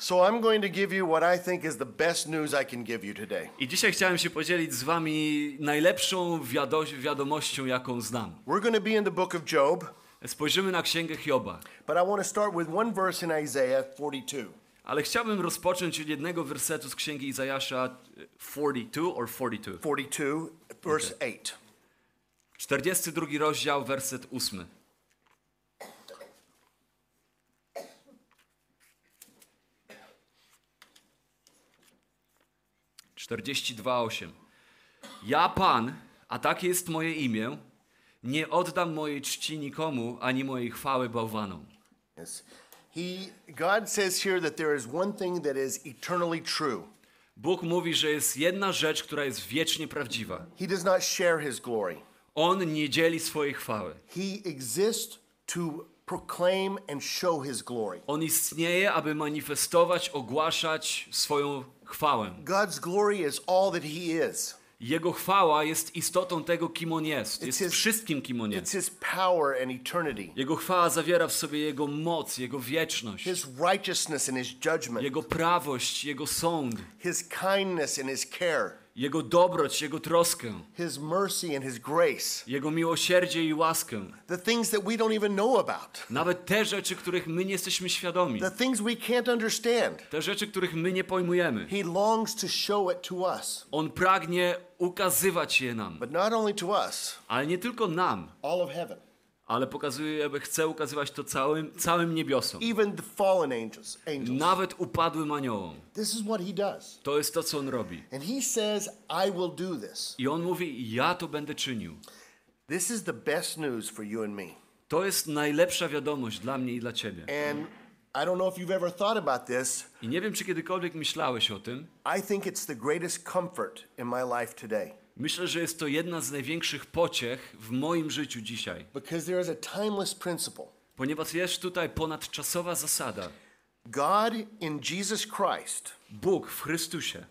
So I'm going to give you what I think is the best news I can give you today. I dzisiaj chciałem się podzielić z wami najlepszą wiadomością, jaką znam. We're going to be in the book of Job, Spojrzymy na Księgę Hioba. but I want to start with one verse in Isaiah 42. Ale chciałbym rozpocząć od jednego wersetu z Księgi Izajasza 42 or 42. 42, verse 8. 42 rozdział, werset 8. Ja, Pan, a takie jest moje imię, nie oddam mojej czci nikomu, ani mojej chwały bałwanom. Yes. God says here that there is one thing that is eternally true. Bóg mówi, że jest jedna rzecz, która jest wiecznie prawdziwa. He does not share his glory. On nie dzieli swojej chwały. He exists to proclaim and show his glory. On istnieje, aby manifestować, ogłaszać swoją chwałę. God's glory is all that he is. Jego chwała jest istotą tego, kim on jest. Jest It's his- wszystkim, kim on It's jest. his power and eternity, Jego chwała zawiera w sobie Jego moc, Jego wieczność, his righteousness and his judgment, Jego prawość, Jego sąd, his kindness and his care, Jego dobroć, Jego troskę, his mercy and his grace. Jego miłosierdzie i łaskę. The things that we don't even know about. Nawet te rzeczy, których my nie jesteśmy świadomi. The things we can't understand. Te rzeczy, których my nie pojmujemy. He longs to show it to us. On pragnie ukazywać je nam. But not only to us, Ale nie tylko nam, all of heaven. ale chce ukazywać to całym niebiosom. Even the fallen angels. Nawet upadłym aniołom. This is what he does. To jest to, co on robi. And he says, I will do this. I on mówi, ja to będę czynił. This is the best news for you and me. To jest najlepsza wiadomość dla mnie i dla ciebie. And I don't know if you've ever thought about this. I nie wiem, czy kiedykolwiek myślałeś o tym. I think it's the greatest comfort in my life today. Myślę, że jest to jedna z największych pociech w moim życiu dzisiaj. Because there is a timeless principle. Ponieważ jest tutaj ponadczasowa zasada. God in Jesus Christ Bóg w Chrystusie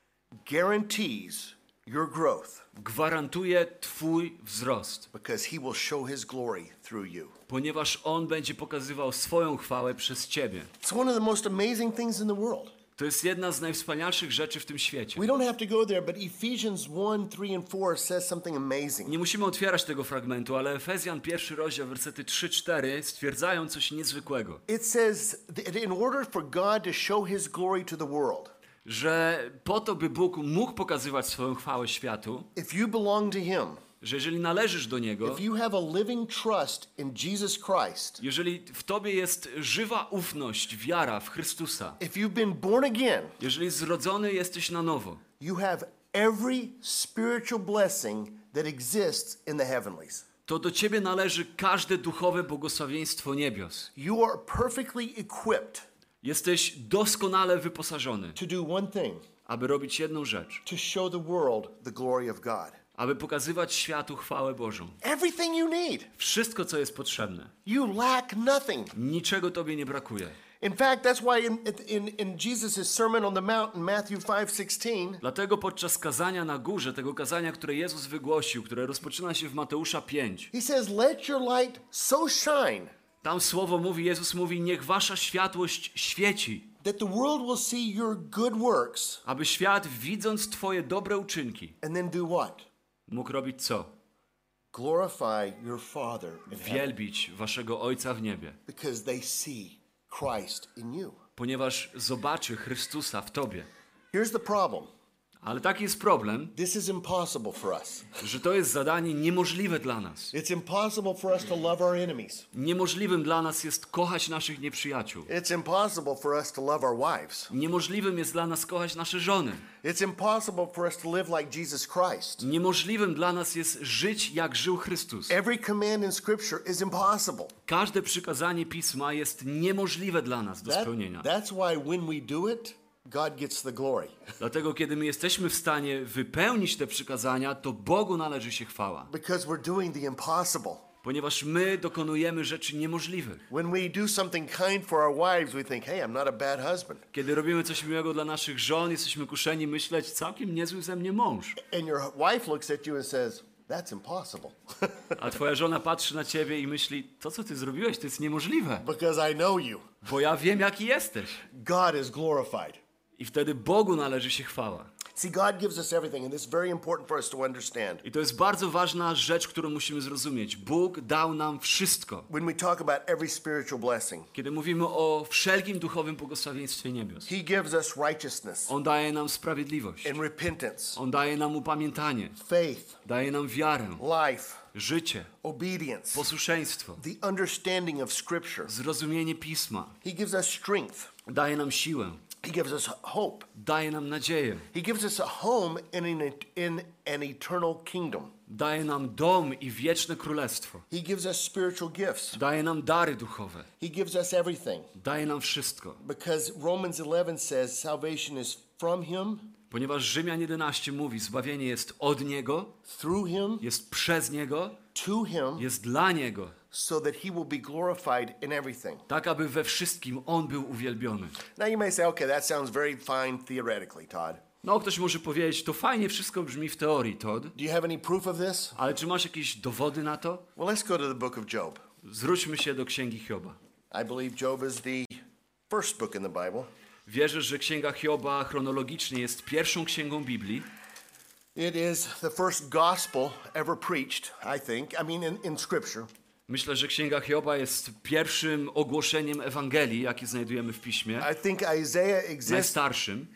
guarantees your growth gwarantuje twój wzrost. because he will show his glory through you. Ponieważ On będzie pokazywał swoją chwałę przez ciebie. It's one of the most amazing things in the world. To jest jedna z najwspanialszych rzeczy w tym świecie. We don't have to go there, but Ephesians 1, 3, and 4 says something amazing. Nie musimy otwierać tego fragmentu, ale Efezjan 1 rozdział, wersety 3-4 stwierdzają coś niezwykłego. It says that in order for God to show his glory to the world, Że po to, by Bóg mógł pokazywać swoją chwałę światu, if you belong to him, że jeżeli należysz do Niego, if you have a living trust in Jesus Christ, jeżeli w tobie jest żywa ufność, wiara w Chrystusa, if you've been born again, jeżeli zrodzony jesteś na nowo, you have every spiritual blessing that exists in the heavenlies. to do ciebie należy każde duchowe błogosławieństwo niebios. You are perfectly equipped Jesteś doskonale wyposażony, to do one thing, aby robić jedną rzecz, to show the world the glory of God. aby pokazywać światu chwałę Bożą. Everything you need. Wszystko, co jest potrzebne. You lack nothing. Niczego tobie nie brakuje. In fact, that's why in Jesus' Sermon on the Mount in Matthew 5:16, Dlatego podczas kazania na górze, tego kazania, które Jezus wygłosił, które rozpoczyna się w Mateusza 5, he says, let your light so shine tam słowo mówi, Jezus mówi, niech wasza światłość świeci, that the world will see your good works aby świat, widząc twoje dobre uczynki, and then do what? mógł robić co? Glorify your Father in heaven Wielbić waszego Ojca w niebie, because they see Christ in you. ponieważ zobaczy Chrystusa w tobie. Here's the problem. Ale taki jest problem, This is impossible for us. że to jest zadanie niemożliwe dla nas. It's impossible for us to love our enemies. Niemożliwym dla nas jest kochać naszych nieprzyjaciół. It's impossible for us to love our wives. Niemożliwym jest dla nas kochać nasze żony. It's impossible for us to live like Jesus Christ. Niemożliwym dla nas jest żyć jak żył Chrystus. Every command in Scripture is impossible. Każde przykazanie Pisma jest niemożliwe dla nas do spełnienia. That's why when we do it, God gets the glory. Dlatego kiedy my jesteśmy w stanie wypełnić te przykazania, to Bogu należy się chwała. Because we're doing the impossible. Ponieważ my dokonujemy rzeczy niemożliwych. When we do something kind for our wives, we think, hey, I'm not a bad husband. Kiedy robimy coś miłego dla naszych żon, jesteśmy kuszeni myśleć, całkiem niezły ze mnie mąż. And your wife looks at you and says, That's impossible. A twoja żona patrzy na ciebie i myśli, to co ty zrobiłeś, to jest niemożliwe, Because I know you. bo ja wiem jaki jesteś. God is glorified. I wtedy Bogu należy się chwała. See, God gives us everything, and this is very important for us to understand. I to jest bardzo ważna rzecz, którą musimy zrozumieć. Bóg dał nam wszystko. When we talk about every spiritual blessing, Kiedy mówimy o wszelkim duchowym błogosławieństwie niebios, He gives us righteousness On daje nam sprawiedliwość. and repentance, On daje nam upamiętanie. faith, Daje nam wiarę, life, życie, obedience, posłuszeństwo, the understanding of Scripture. zrozumienie Pisma. He gives us strength. Daje nam siłę. He gives us hope. Daje nam nadzieję. He gives us a home in an eternal kingdom. Daje nam dom i wieczne królestwo. He gives us spiritual gifts. Daje nam dary duchowe. He gives us everything. Daje nam wszystko. Because Romans 11 says salvation is from Him, Ponieważ Rzymian 11 mówi, zbawienie jest od Niego, through Him, jest przez Niego, to Him, jest dla Niego, so that He will be glorified in everything. tak aby we wszystkim On był uwielbiony. Now you may say, okay, that sounds very fine theoretically, Todd. No, ktoś może powiedzieć, to fajnie wszystko brzmi w teorii, Todd, Do you have any proof of this? ale czy masz jakieś dowody na to? Well, let's go to the book of Job. Zwróćmy się do Księgi Hioba. I believe Job is the first book in the Bible. Wierzę, że Księga Hioba chronologicznie jest pierwszą księgą Biblii. It is the first gospel ever preached, I think. In Scripture. Myślę, że Księga Hioba jest pierwszym ogłoszeniem Ewangelii, jakie znajdujemy w Piśmie. I think Isaiah exists. Najstarszym.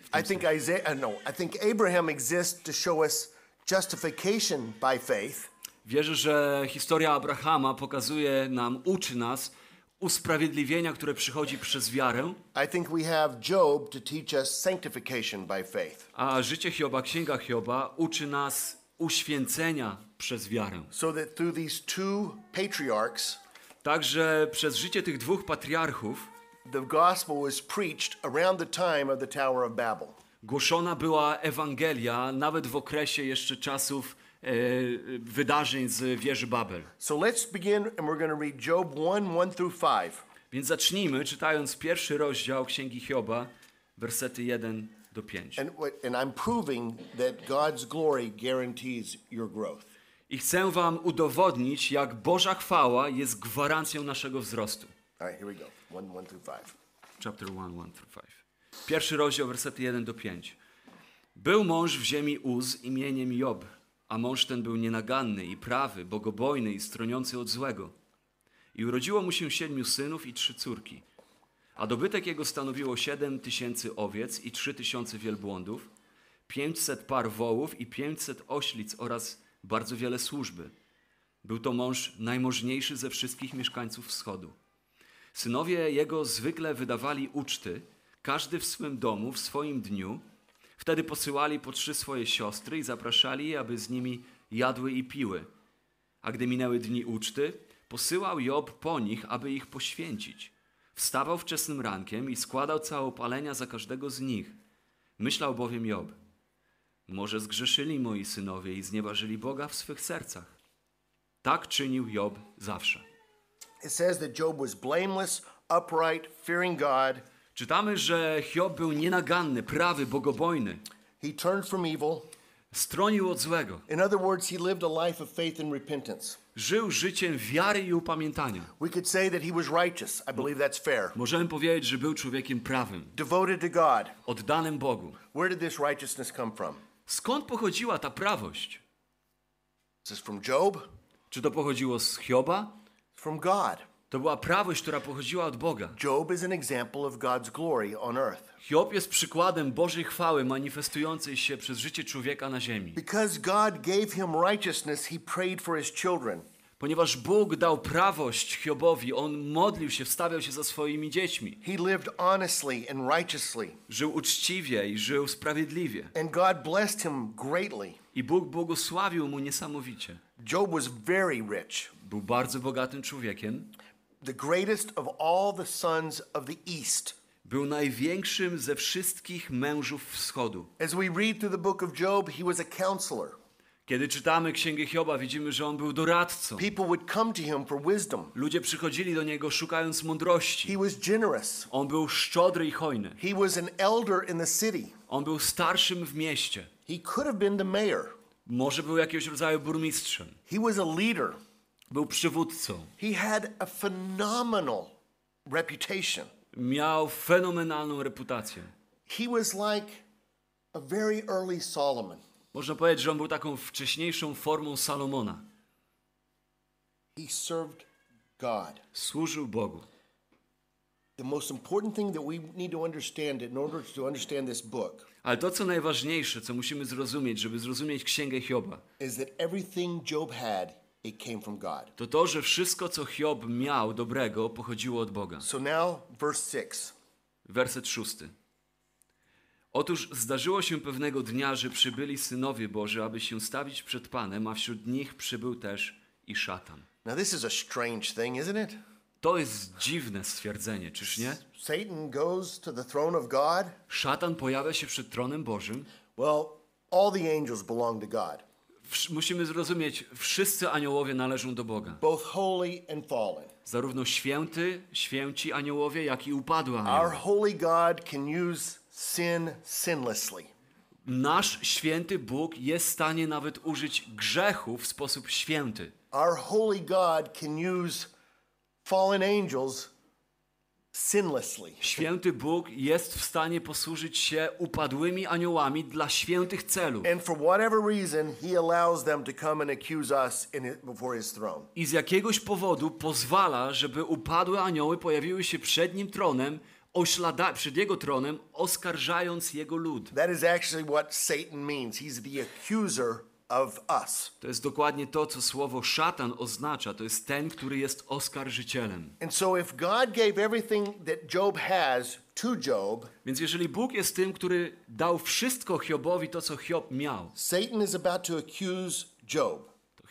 I think Abraham exists to show us justification by faith. Wierzę, że historia Abrahama pokazuje nam, uczy nas usprawiedliwienia, które przychodzi przez wiarę, I think we have Job to teach us sanctification by faith. a życie Hioba, Księga Hioba uczy nas uświęcenia przez wiarę. So that through these two patriarchs, Także przez życie tych dwóch patriarchów the gospel was preached around the time of the Tower of Babel. głoszona była Ewangelia nawet w okresie jeszcze czasów wydarzeń z wieży Babel. So let's begin, and we're going to read Job 1 through 5. Więc zacznijmy czytając pierwszy rozdział Księgi Hioba, wersety 1 do 5. And I'm proving that God's glory guarantees your growth. I chcę wam udowodnić, jak Boża chwała jest gwarancją naszego wzrostu. All right, here we go. 1 through 5. Chapter 1, 1 through 5. Pierwszy rozdział, wersety 1 do 5. Był mąż w ziemi Uz imieniem Job, a mąż ten był nienaganny i prawy, bogobojny i stroniący od złego. I urodziło mu się 7 synów i 3 córki. A dobytek jego stanowiło 7,000 owiec i 3,000 wielbłądów, 500 par wołów i 500 oślic oraz bardzo wiele służby. Był to mąż najmożniejszy ze wszystkich mieszkańców wschodu. Synowie jego zwykle wydawali uczty, każdy w swym domu, w swoim dniu. Wtedy posyłali po 3 swoje siostry i zapraszali je, aby z nimi jadły i piły. A gdy minęły dni uczty, posyłał Job po nich, aby ich poświęcić. Wstawał wczesnym rankiem i składał całopalenia za każdego z nich. Myślał bowiem Job: może zgrzeszyli moi synowie i znieważyli Boga w swych sercach. Tak czynił Job zawsze. It says that Job was blameless, upright, fearing God. Czytamy, że Hiob był nienaganny, prawy, bogobojny. He turned from evil. Stronił od złego. In other words, he lived a life of faith and repentance. Żył życiem wiary i upamiętania. We could say that he was righteous. I believe that's fair. Możemy powiedzieć, że był człowiekiem prawym, Devoted to God. oddanym Bogu. Where did this righteousness come from? Skąd pochodziła ta prawość? Is this from Job? Czy to pochodziło z Hioba? From God. To była prawość, która pochodziła od Boga. Job is an example of God's glory on earth. Hiob jest przykładem Bożej chwały manifestującej się przez życie człowieka na ziemi. Because God gave him righteousness, he prayed for his children. Ponieważ Bóg dał prawość Hiobowi, on modlił się, wstawiał się za swoimi dziećmi. He lived honestly and righteously. Żył uczciwie i żył sprawiedliwie. And God blessed him greatly. I Bóg błogosławił mu niesamowicie. Job was very rich. Był bardzo bogatym człowiekiem. The greatest of all the sons of the East. Był największym ze wszystkich mężów wschodu. As we read through the book of Job, he was a counselor. Kiedy czytamy Księgę Hioba, widzimy, że on był doradcą. People would come to him for wisdom. Ludzie przychodzili do niego szukając mądrości. He was generous. On był szczodry i hojny. He was an elder in the city. On był starszym w mieście. He could have been the mayor. Może był jakiegoś rodzaju burmistrzem. He was a leader. Był przywódcą. He had a phenomenal reputation. Miał fenomenalną reputację. He was like a very early Solomon. Można powiedzieć, że on był taką wcześniejszą formą Salomona. He served God. Służył Bogu. The most important thing that we need to understand in order to understand this book Ale to, co najważniejsze, co musimy zrozumieć, żeby zrozumieć Księgę Hioba, is that everything Job had, it came from God. to to, że wszystko, co Hiob miał dobrego, pochodziło od Boga. So now, verse 6. Werset 6. Otóż zdarzyło się pewnego dnia, że przybyli synowie Boży, aby się stawić przed Panem, a wśród nich przybył też i szatan. Now, this is a strange thing, isn't it? To jest dziwne stwierdzenie, czyż nie? Satan goes to the throne of God. Szatan pojawia się przed tronem Bożym. Well, all the angels belong to God, Musimy zrozumieć, wszyscy aniołowie należą do Boga. both holy and fallen. Zarówno święci aniołowie, jak i upadły Our aniołowie. holy God can use sin sinlessly. Nasz święty Bóg jest w stanie nawet użyć grzechu w sposób święty. Our holy God can use fallen angels sinlessly. Święty Bóg jest w stanie posłużyć się upadłymi aniołami dla świętych celów. And for whatever reason, he allows them to come and accuse us before his throne. I z jakiegoś powodu pozwala, żeby upadłe anioły pojawiły się przed nim tronem, przed jego tronem, oskarżając jego lud. That is actually what Satan means. He's the accuser of us. To jest dokładnie to, co słowo szatan oznacza. To jest ten, który jest oskarżycielem. And so if God gave everything that Job has to Job, Więc jeżeli Bóg jest tym, który dał wszystko Hiobowi, to co Hiob miał, Satan is about to accuse Job. to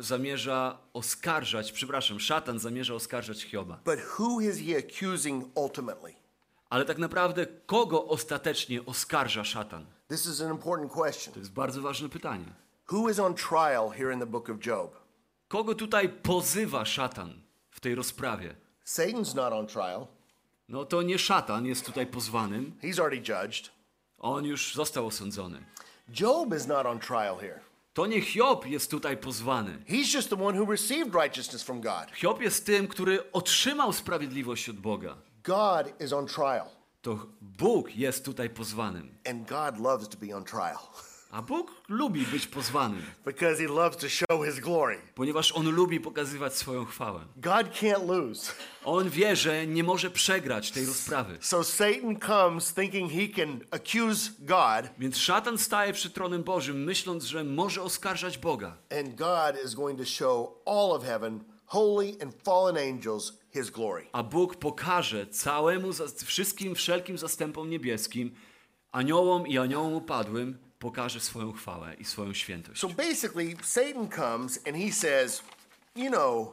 szatan zamierza oskarżać Hioba. But who is he accusing ultimately? Ale tak naprawdę kogo ostatecznie oskarża szatan? This is an important question. To jest bardzo ważne pytanie. Who is on trial here in the book of Job? Kogo tutaj pozywa szatan w tej rozprawie? Satan's not on trial. No to nie szatan jest tutaj pozwanym. He's already judged. On już został osądzony. Job is not on trial here. To nie Hiob jest tutaj pozwany. He's just the one who received righteousness from God. Hiob jest tym, który otrzymał sprawiedliwość od Boga. God is on trial. To Bóg jest tutaj pozwanym. And God loves to be on trial A Bóg lubi być pozwanym, because he loves to show his glory. ponieważ On lubi pokazywać swoją chwałę. God can't lose. On wie, że nie może przegrać tej rozprawy. So Satan comes thinking he can accuse God, Więc szatan staje przed tronem Bożym, myśląc, że może oskarżać Boga. and God is going to show all of heaven, holy and fallen angels, his glory. A Bóg pokaże wszystkim, wszelkim zastępom niebieskim, aniołom i aniołom upadłym, pokaże swoją chwałę i swoją świętość. So basically, Satan comes and he says, you know,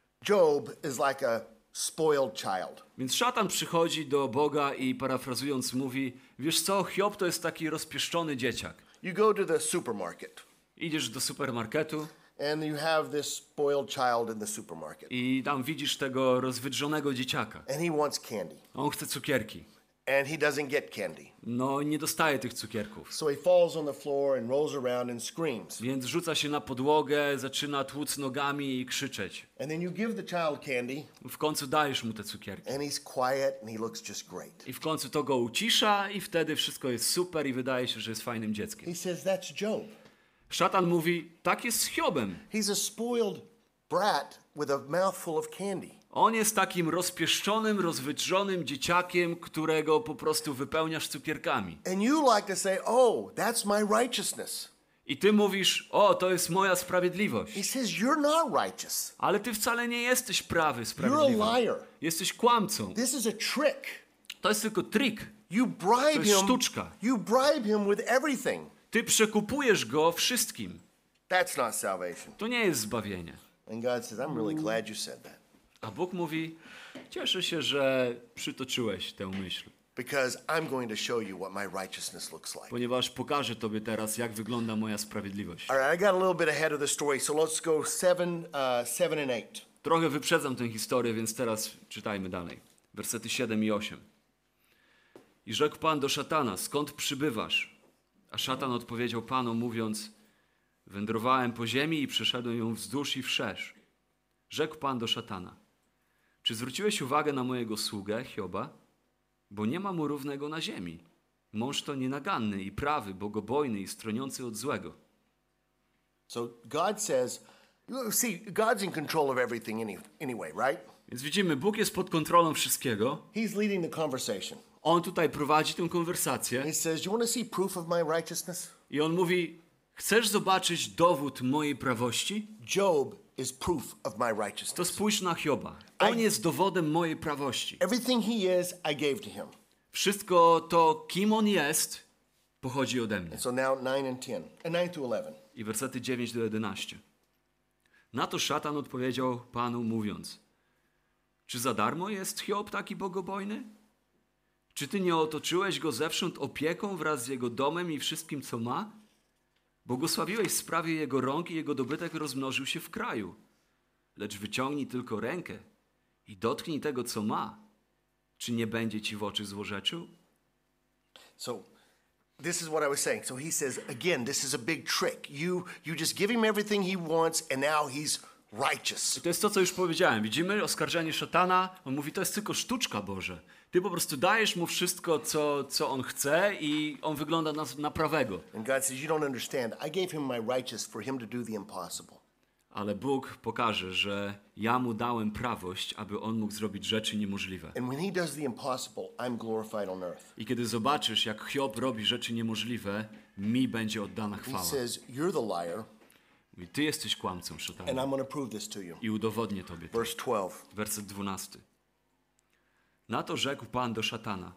Job is like a spoiled child. Więc szatan przychodzi do Boga i parafrazując mówi, wiesz co, Hiob to jest taki rozpieszczony dzieciak. You go to the supermarket Idziesz do supermarketu and you have this spoiled child in the supermarket i tam widzisz tego rozwydrzonego dzieciaka. and he wants candy On chce cukierki. and he doesn't get candy. No nie dostaje tych cukierków. So he falls on the floor and rolls around and screams. Więc rzuca się na podłogę, zaczyna tłuc nogami i krzyczeć. And then you give the child candy W końcu dajesz mu te cukierki. and he's quiet and he looks just great. I w końcu to go ucisza i wtedy wszystko jest super i wydaje się, że jest fajnym dzieckiem. He says, that's Job. Szatan mówi, tak jest z Hiobem. He's a spoiled brat with a mouthful of candy. On jest takim rozpieszczonym, rozwydrzonym dzieciakiem, którego po prostu wypełniasz cukierkami. And you like to say, oh, that's my righteousness. I ty mówisz, o, to jest moja sprawiedliwość. He says, you're not righteous. Ale ty wcale nie jesteś prawy, You're sprawiedliwy. a liar. Jesteś kłamcą. This is a trick. To jest tylko trik. You bribe To jest him. sztuczka. You bribe him with everything. Ty przekupujesz go wszystkim. That's not salvation. To nie jest zbawienie. And God says, I'm really glad you said that. A Bóg mówi, cieszę się, że przytoczyłeś tę myśl, Because I'm going to show you what my righteousness looks like. ponieważ pokażę tobie teraz, jak wygląda moja sprawiedliwość. All right, I got a little bit ahead of the story, so let's go 7 and 8. Trochę wyprzedzam tę historię, więc teraz czytajmy dalej. Wersety 7 i 8. I rzekł Pan do szatana, skąd przybywasz? A szatan odpowiedział Panu, mówiąc, Wędrowałem po ziemi i przeszedłem ją wzdłuż i wszerz. Rzekł Pan do szatana: czy zwróciłeś uwagę na mojego sługę, Hioba? Bo nie ma mu równego na ziemi. Mąż to nienaganny i prawy, bogobojny i stroniący od złego. So God says, see, God's in control of everything anyway, right? Więc widzimy, Bóg jest pod kontrolą wszystkiego. He's leading the conversation. On tutaj prowadzi tę konwersację He says, you want to see proof of my righteousness? i on mówi: chcesz zobaczyć dowód mojej prawości? Job is proof of my To righteousness. spójrz na Hioba. On jest dowodem mojej prawości. Everything he is, I gave to him. Wszystko to, kim on jest, pochodzi ode mnie. And so now 9 and 10, and 9 to 11. I wersety 9 do 11. Na to szatan odpowiedział Panu mówiąc: czy za darmo jest Hiob taki bogobojny? Czy ty nie otoczyłeś go zewsząd opieką wraz z jego domem i wszystkim, co ma? Błogosławiłeś sprawie jego rąk i jego dobytek rozmnożył się w kraju. Lecz wyciągnij tylko rękę i dotknij tego, co ma. Czy nie będzie ci w oczy złorzeczył? So this is what I was saying. So he says, again, this is a big trick. You just give him everything he wants, and now he's righteous. I to jest to, co już powiedziałem. Widzimy oskarżenie szatana. On mówi, to jest tylko sztuczka, Boże. Ty po prostu dajesz mu wszystko, co on chce i on wygląda na prawego. And God says, you don't understand. I gave him my righteous for him to do the impossible. Ale Bóg pokaże, że ja mu dałem prawość, aby on mógł zrobić rzeczy niemożliwe. And when he does the impossible, I'm glorified on earth. I kiedy zobaczysz, jak Hiob robi rzeczy niemożliwe, mi będzie oddana He chwała. says, you're the liar, Mówi, ty jesteś kłamcą, and szatanie. I'm going to prove this to you. I udowodnię tobie to. Verse 12. Werset 12. Na to rzekł Pan do szatana: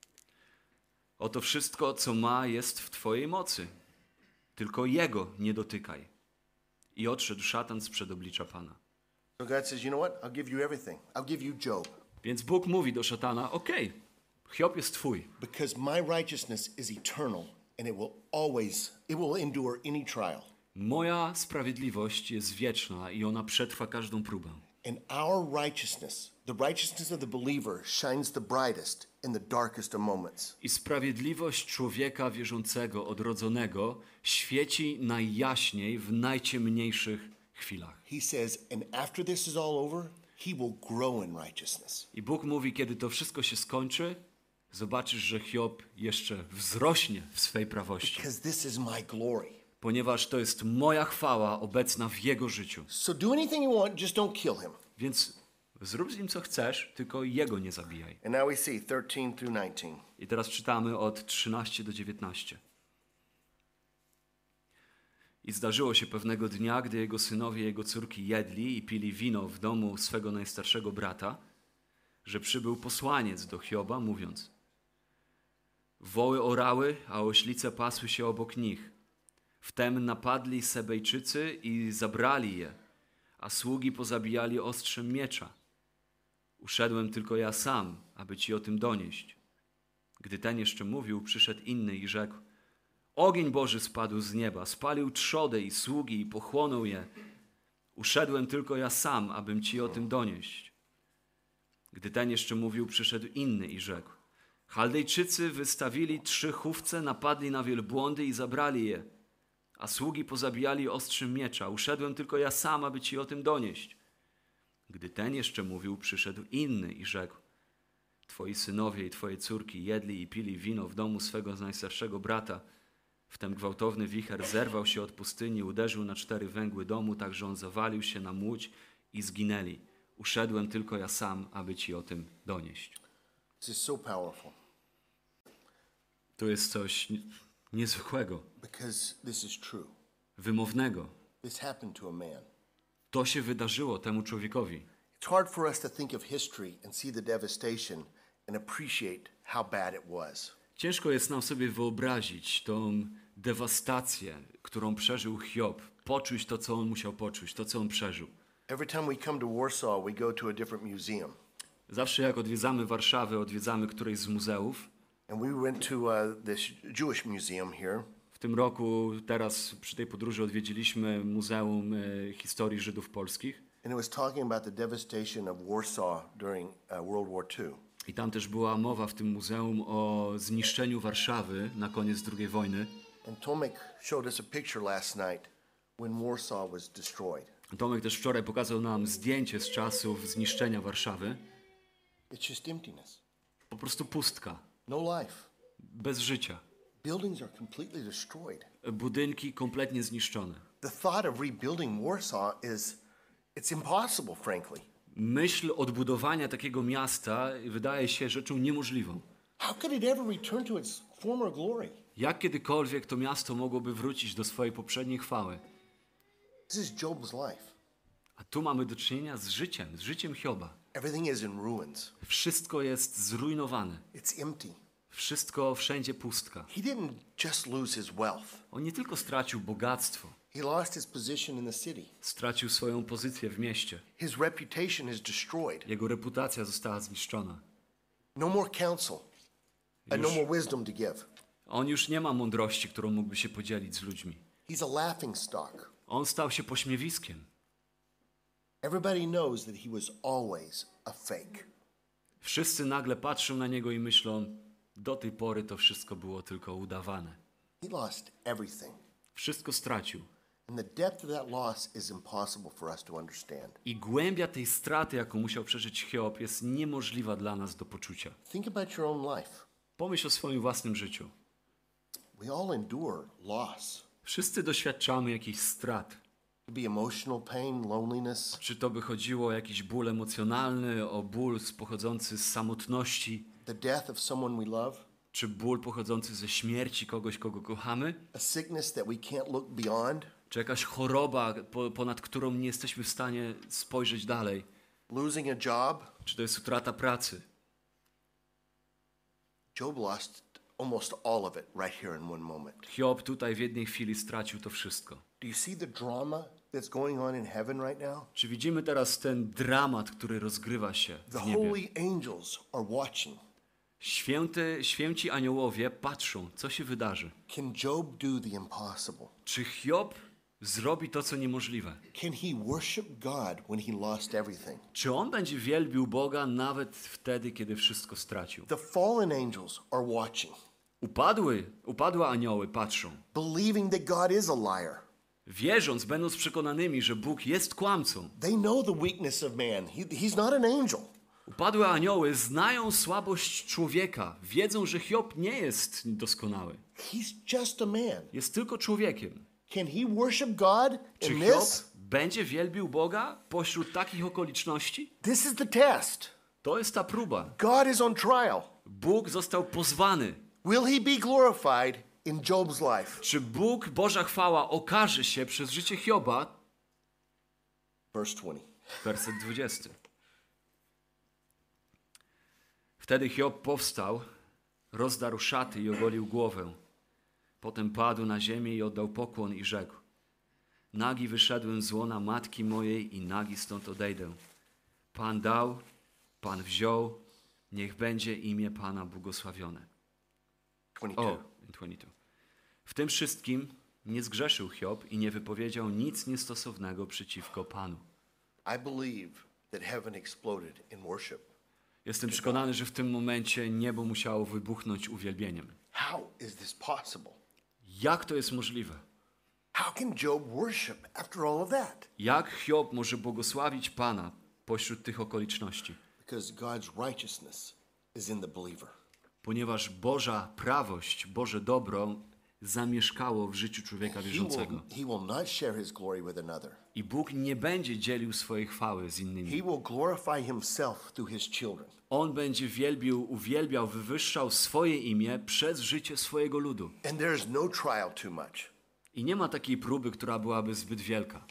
oto wszystko, co ma, jest w twojej mocy. Tylko jego nie dotykaj. I odszedł szatan sprzed oblicza Pana. So God says, you know what? I'll give you everything. I'll give you Job. Więc Bóg mówi do szatana: okej, Hiob jest twój. Because my righteousness is eternal, and it will endure any trial. Moja sprawiedliwość jest wieczna i ona przetrwa każdą próbę. And our righteousness, the righteousness of the believer, shines the brightest in the darkest of moments. I sprawiedliwość człowieka wierzącego, odrodzonego, świeci najjaśniej w najciemniejszych chwilach. He says, and after this is all over, he will grow in righteousness. I Bóg mówi, kiedy to wszystko się skończy, zobaczysz, że Hiob jeszcze wzrośnie w swej prawości. Because this is my glory. Ponieważ to jest moja chwała obecna w jego życiu. So do anything you want, just don't kill him. Więc zrób z nim co chcesz, tylko jego nie zabijaj. And now we see 13 through 19. I teraz czytamy od 13 do 19. I zdarzyło się pewnego dnia, gdy jego synowie i jego córki jedli i pili wino w domu swego najstarszego brata, że przybył posłaniec do Hioba, mówiąc: woły orały, a oślice pasły się obok nich. Wtem napadli Sebejczycy i zabrali je, a sługi pozabijali ostrzem miecza. Uszedłem tylko ja sam, aby ci o tym donieść. Gdy ten jeszcze mówił, przyszedł inny i rzekł: ogień Boży spadł z nieba, spalił trzodę i sługi i pochłonął je. Uszedłem tylko ja sam, abym ci o tym donieść. Gdy ten jeszcze mówił, przyszedł inny i rzekł: Chaldejczycy wystawili 3 chówce, napadli na wielbłądy i zabrali je, a sługi pozabijali ostrzem miecza. Uszedłem tylko ja sam, aby ci o tym donieść. Gdy ten jeszcze mówił, przyszedł inny i rzekł: twoi synowie i twoje córki jedli i pili wino w domu swego najstarszego brata. Wtem gwałtowny wicher zerwał się od pustyni, uderzył na 4 węgły domu, tak że on zawalił się na łódź i zginęli. Uszedłem tylko ja sam, aby ci o tym donieść. This is so powerful To jest coś niezwykłego, because this is true. wymownego. This happened to a man. To się wydarzyło temu człowiekowi. It's hard for us to think of history and see the devastation and appreciate how bad it was. Ciężko jest nam sobie wyobrazić tą dewastację, którą przeżył Hiob, poczuć to, co on musiał poczuć, to, co on przeżył. Every time we come to Warsaw, we go to a different museum. Zawsze jak odwiedzamy Warszawę, odwiedzamy któreś z muzeów. And we went to this Jewish museum here. W tym roku, teraz przy tej podróży odwiedziliśmy Muzeum Historii Żydów Polskich. And it was talking about the devastation of Warsaw during World War II. I tam też była mowa w tym muzeum o zniszczeniu Warszawy na koniec II wojny. And Tomek showed us a picture last night when Warsaw was destroyed. Tomek też wczoraj pokazał nam zdjęcie z czasów zniszczenia Warszawy. It's just emptiness. Po prostu pustka, No life. bez życia. Buildings are completely destroyed. Budynki kompletnie zniszczone. The thought of rebuilding Warsaw it's impossible, frankly. Myśl odbudowania takiego miasta wydaje się rzeczą niemożliwą. How could it ever return to its former glory? Jak kiedykolwiek to miasto mogłoby wrócić do swojej poprzedniej chwały? This is Job's life. A tu mamy do czynienia z życiem Hioba. Everything is in ruins. Wszystko jest zrujnowane. It's empty. Wszystko wszędzie pustka. He didn't just lose his wealth. On nie tylko stracił bogactwo, He lost his position in the city. stracił swoją pozycję w mieście. His reputation is destroyed. Jego reputacja została zniszczona. No more counsel and no more wisdom to give. On już nie ma mądrości, którą mógłby się podzielić z ludźmi. He's a laughing stock. On stał się pośmiewiskiem. Everybody knows that he was always a fake. Wszyscy nagle patrzą na niego i myślą, do tej pory to wszystko było tylko udawane. He lost everything. Wszystko stracił. And the depth of that loss is impossible for us to understand. I głębia tej straty, jaką musiał przeżyć Hiob, jest niemożliwa dla nas do poczucia. Think about your own life. Pomyśl o swoim własnym życiu. We all endure loss. Wszyscy doświadczamy jakichś strat. It could be emotional pain, loneliness, Czy to by chodziło o jakiś ból emocjonalny, o ból pochodzący z samotności, the death of someone we love, czy ból pochodzący ze śmierci kogoś, kogo kochamy, a sickness that we can't look beyond, czy jakaś choroba, ponad którą nie jesteśmy w stanie spojrzeć dalej, losing a job. czy to jest utrata pracy. Job lost almost all of it right here in one moment. Hiob tutaj w jednej chwili stracił to wszystko. Do you see the drama that's going on in heaven right now? Czy widzimy teraz ten dramat, który rozgrywa się The w niebie? holy angels are watching. Święci aniołowie patrzą, co się wydarzy. Can Job do the impossible? Czy Hiob zrobi to, co niemożliwe? Can he worship God when he lost everything? Czy on będzie wielbił Boga nawet wtedy, kiedy wszystko stracił? The fallen angels are watching, Upadłe anioły patrzą, believing that God is a liar. wierząc, będąc przekonanymi, że Bóg jest kłamcą. They know the weakness of man. He's not an angel. Upadłe anioły znają słabość człowieka, wiedzą, że Hiob nie jest doskonały. He's just a man. Jest tylko człowiekiem. Can he worship God Czy in Hiob this? będzie wielbił Boga pośród takich okoliczności? This is the test. To jest ta próba. God is on trial. Bóg został pozwany. Will he be glorified in Job's life? Czy Bóg, Boża chwała, okaże się przez życie Hioba? Verse 20. Werset 20. Wtedy Hiob powstał, rozdarł szaty i ogolił głowę. Potem padł na ziemię i oddał pokłon i rzekł: Nagi wyszedłem z łona matki mojej i nagi stąd odejdę. Pan dał, Pan wziął, niech będzie imię Pana błogosławione. 22. 22. W tym wszystkim nie zgrzeszył Hiob i nie wypowiedział nic niestosownego przeciwko Panu. I believe that heaven exploded in worship. Jestem przekonany, że w tym momencie niebo musiało wybuchnąć uwielbieniem. How is this possible? Jak to jest możliwe? How can Job worship after all of that? Jak Hiob może błogosławić Pana pośród tych okoliczności? Because God's righteousness is in the believer. Ponieważ Boża prawość, Boże dobro zamieszkało w życiu człowieka wierzącego. He will not share his glory with another. I Bóg nie będzie dzielił swojej chwały z innymi. He will glorify himself through his children. On będzie uwielbiał, wywyższał swoje imię przez życie swojego ludu. And there is no trial too much. I nie ma takiej próby, która byłaby zbyt wielka.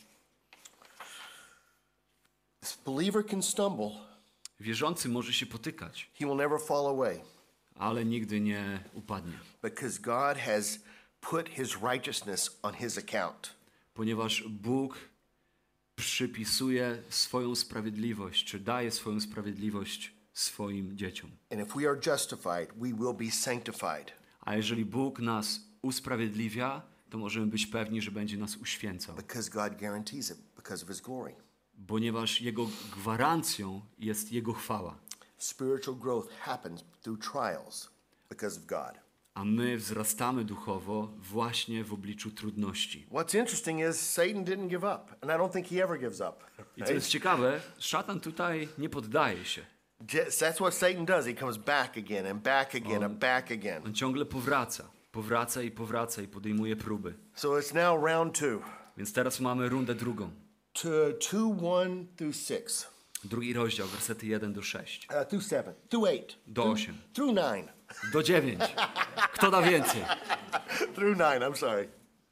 This believer can stumble. Wierzący może się potykać, He will never fall away. ale nigdy nie upadnie. Because God has put his righteousness on his account. Ponieważ Bóg przypisuje swoją sprawiedliwość, czy daje swoją sprawiedliwość swoim dzieciom. And if we are justified, we will be sanctified. A jeżeli Bóg nas usprawiedliwia, to możemy być pewni, że będzie nas uświęcał. Because God guarantees it because of his glory. Ponieważ Jego gwarancją jest Jego chwała. Spiritual growth happens through trials because of God. a my wzrastamy duchowo właśnie w obliczu trudności. What's interesting is Satan didn't give up, and I don't think he ever gives up. I co jest ciekawe, szatan tutaj nie poddaje się. That's what Satan does. He comes back again and back again and back again. On ciągle powraca i podejmuje próby. So it's now round 2. Więc teraz mamy rundę drugą. To 2:1 through 6. Drugi rozdział, wersety 1 do 6. Through 7. Through 8. Do 8. Through 9. Do 9. Kto da więcej? Through 9, I'm sorry.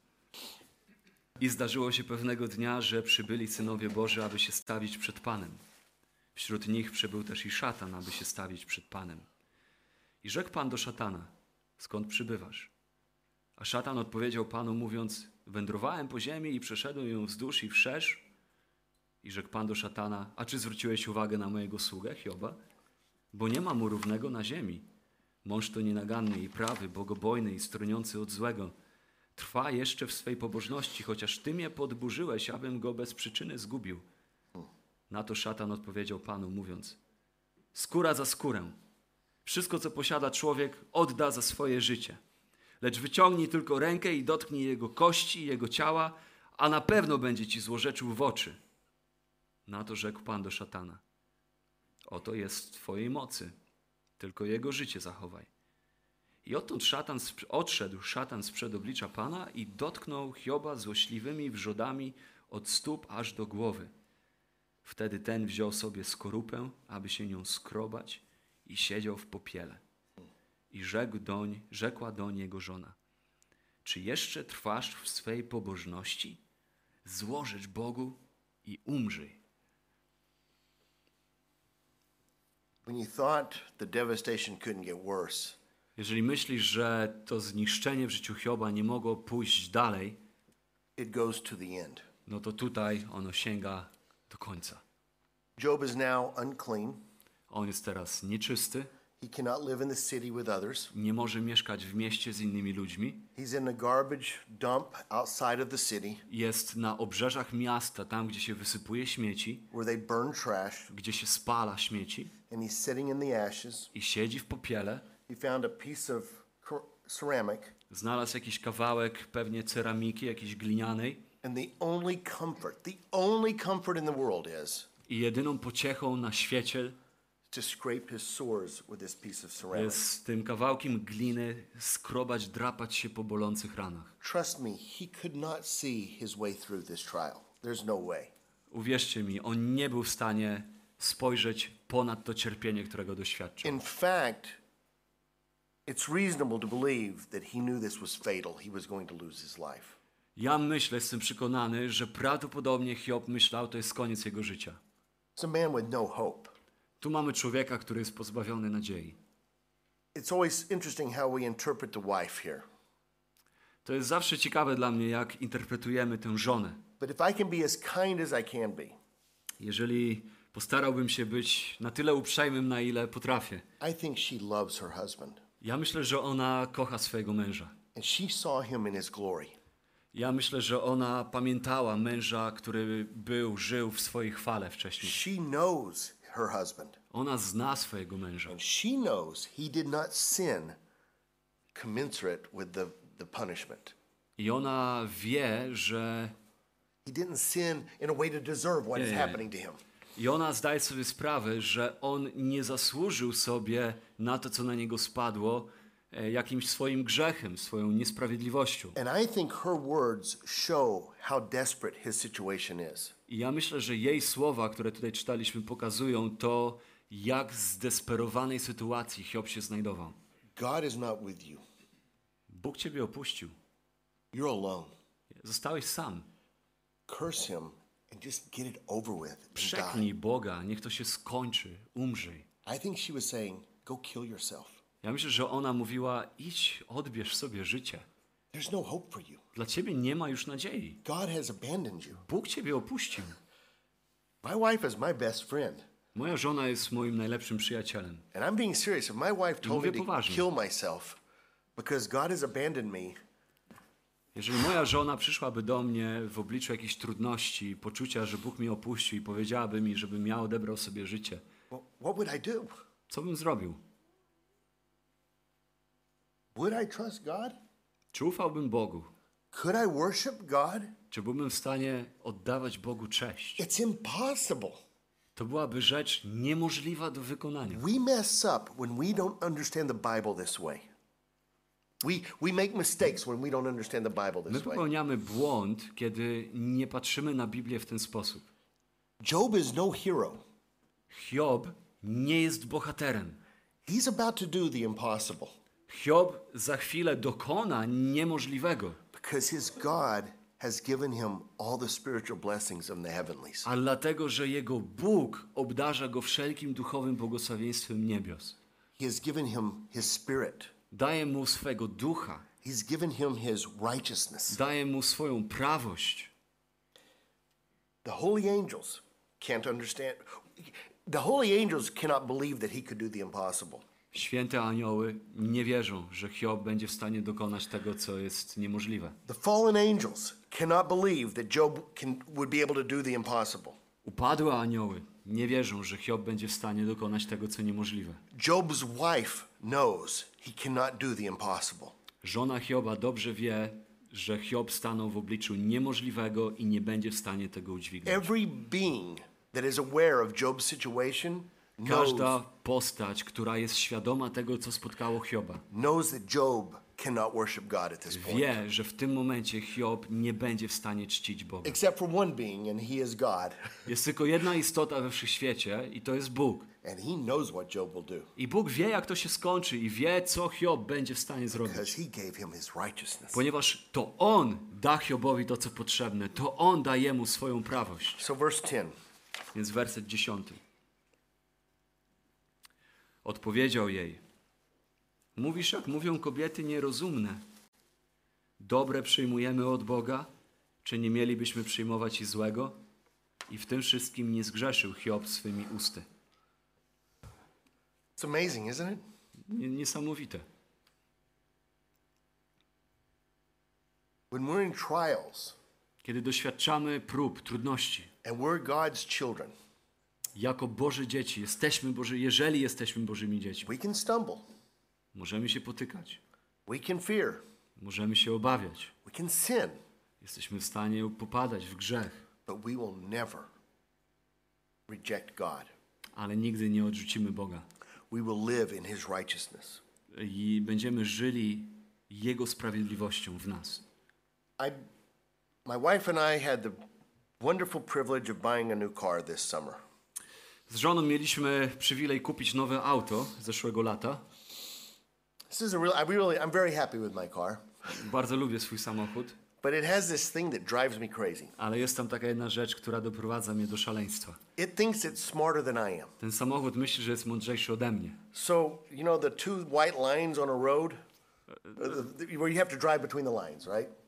I zdarzyło się pewnego dnia, że przybyli synowie Boży, aby się stawić przed Panem. Wśród nich przybył też i szatan, aby się stawić przed Panem. I rzekł Pan do szatana, skąd przybywasz? A szatan odpowiedział Panu, mówiąc, wędrowałem po ziemi i przeszedłem ją wzdłuż i wszerz. I rzekł Pan do szatana, a czy zwróciłeś uwagę na mojego sługę Hioba? Bo nie ma mu równego na ziemi. Mąż to nienaganny i prawy, bogobojny i stroniący od złego. Trwa jeszcze w swej pobożności, chociaż Ty mnie podburzyłeś, abym go bez przyczyny zgubił. Na to szatan odpowiedział Panu, mówiąc, skóra za skórę. Wszystko, co posiada człowiek, odda za swoje życie. Lecz wyciągnij tylko rękę i dotknij jego kości i jego ciała, a na pewno będzie ci złorzeczył w oczy. Na to rzekł Pan do szatana, oto jest w twojej mocy, tylko jego życie zachowaj. I odtąd odszedł szatan sprzed oblicza Pana i dotknął Hioba złośliwymi wrzodami od stóp aż do głowy. Wtedy ten wziął sobie skorupę, aby się nią skrobać i siedział w popiele. I rzekła doń jego żona, czy jeszcze trwasz w swej pobożności? Złożycz Bogu i umrzyj. When you thought the devastation couldn't get worse, Jeżeli myślisz, że to zniszczenie w życiu Hioba nie mogło pójść dalej, it goes to the end. no to tutaj ono sięga do końca. Job is now unclean. On jest teraz nieczysty, He cannot live in the city with others. nie może mieszkać w mieście z innymi ludźmi, He's in a garbage dump outside of the city jest na obrzeżach miasta, tam gdzie się wysypuje śmieci, where they burn trash, gdzie się spala śmieci and he's sitting in the ashes. i siedzi w popiele. He found a piece of ceramic, Znalazł jakiś kawałek pewnie ceramiki, jakiejś glinianej and the only comfort in the world is i jedyną pociechą na świecie to scrape his sores with this piece of ceramic. jest tym kawałkiem gliny skrobać, drapać się po bolących ranach. Trust me, he could not see his way through this trial. There's no way. Uwierzcie mi, on nie był w stanie spojrzeć ponad to cierpienie, którego doświadczył. In fact, it's reasonable to believe that he knew this was fatal. He was going to lose his life. Ja myślę, jestem przekonany, że prawdopodobnie Hiob myślał, to jest koniec jego życia. It's a man with no hope. Tu mamy człowieka, który jest pozbawiony nadziei. It's always interesting how we interpret the wife here. To jest zawsze ciekawe dla mnie, jak interpretujemy tę żonę. But if I can be as kind as I can be, Jeżeli postarałbym się być na tyle uprzejmym, na ile potrafię. I think she loves her husband. Ja myślę, że ona kocha swojego męża. And she saw him in his glory. Ja myślę, że ona pamiętała męża, który żył w swojej chwale wcześniej. She knows her husband. Ona zna swojego męża. And she knows he did not sin commensurate with the punishment. I ona wie, że... He didn't sin in a way to deserve what is happening to him. I ona zdaje sobie sprawę, że on nie zasłużył sobie na to, co na niego spadło, jakimś swoim grzechem, swoją niesprawiedliwością. And I think her words show how desperate his situation is. I ja myślę, że jej słowa, które tutaj czytaliśmy, pokazują to, jak zdesperowanej sytuacji Hiob się znajdował. God is not with you. Bóg ciebie opuścił. You're alone. Zostałeś sam. Curse him and just get it over with and die. Przeknij Boga, niech to się skończy, umrzyj. I think she was saying, go kill yourself. Ja myślę, że ona mówiła, idź, odbierz sobie życie. There's no hope for you. Dla ciebie nie ma już nadziei. God has abandoned you. Bóg ciebie opuścił. My wife is my best friend. Moja żona jest moim najlepszym przyjacielem. And I'm being serious. If my wife told me mówię to poważnie. kill myself because God has abandoned me, Jeżeli moja żona przyszłaby do mnie w obliczu jakichś trudności, poczucia, że Bóg mnie opuścił i powiedziałaby mi, żebym ja odebrał sobie życie, what would I do? co bym zrobił? Would I trust God? Czy ufałbym Bogu? Could I worship God? Czy byłbym w stanie oddawać Bogu cześć? It's impossible. To byłaby rzecz niemożliwa do wykonania. We mess up when we don't understand the Bible this way. We make mistakes when we don't understand the Bible My this way. popełniamy błąd, kiedy nie patrzymy na Biblię w ten sposób. Job is no hero. Hiob nie jest bohaterem. He's about to do the impossible Hiob za chwilę dokona niemożliwego, because his God has given him all the spiritual blessings of the heavenlies. a dlatego, że jego Bóg obdarza go wszelkim duchowym błogosławieństwem niebios. He has given him his spirit. Daje mu swego ducha, He's given him his righteousness. daje mu swoją prawość. The holy angels can't understand. The holy angels cannot believe that he could do the impossible. Święte anioły nie wierzą, że Hiob będzie w stanie dokonać tego, co jest niemożliwe. The fallen angels cannot believe that Job would be able to do the impossible. Upadłe anioły nie wierzą, że Hiob będzie w stanie dokonać tego, co niemożliwe. Job's wife knows he cannot do the impossible. Żona Hioba dobrze wie, że Hiob stanął w obliczu niemożliwego i nie będzie w stanie tego udźwignąć. Every being that is aware of Job's situation Każda postać, która jest świadoma tego, co spotkało Hioba, knows that Job cannot worship God at this point. wie, że w tym momencie Hiob nie będzie w stanie czcić Boga. Except for one being, and he is God. Jest tylko jedna istota we wszechświecie i to jest Bóg. And he knows what Job will do I Bóg wie, jak to się skończy i wie, co Hiob będzie w stanie zrobić. because he gave him his righteousness. Ponieważ to On da Hiobowi to, co potrzebne. To On daje mu swoją prawość. So verse 10. Więc werset 10. Odpowiedział jej: mówisz, jak mówią kobiety nierozumne. Dobre przyjmujemy od Boga, czy nie mielibyśmy przyjmować i złego? I w tym wszystkim nie zgrzeszył Hiob swymi usty. It's amazing, isn't it? Niesamowite. When we're in trials Kiedy doświadczamy prób, trudności, and we're God's children, jako Boże dzieci, jeżeli jesteśmy Bożymi dziećmi, we can stumble, możemy się potykać, we can fear, możemy się obawiać, we can sin, jesteśmy w stanie popadać w grzech, but we will never reject God. ale nigdy nie odrzucimy Boga We will live in his righteousness. i będziemy żyli Jego sprawiedliwością w nas. My wife and I had the wonderful privilege of buying a new car this summer. Z żoną mieliśmy przywilej kupić nowe auto zeszłego lata. This is I'm very happy with my car, Bardzo lubię swój samochód, but it has this thing that drives me crazy. ale jest tam taka jedna rzecz, która doprowadza mnie do szaleństwa. It thinks it's smarter than I am. Ten samochód myśli, że jest mądrzejszy ode mnie. So, you know the two white lines on a road where you have to drive between the lines, right?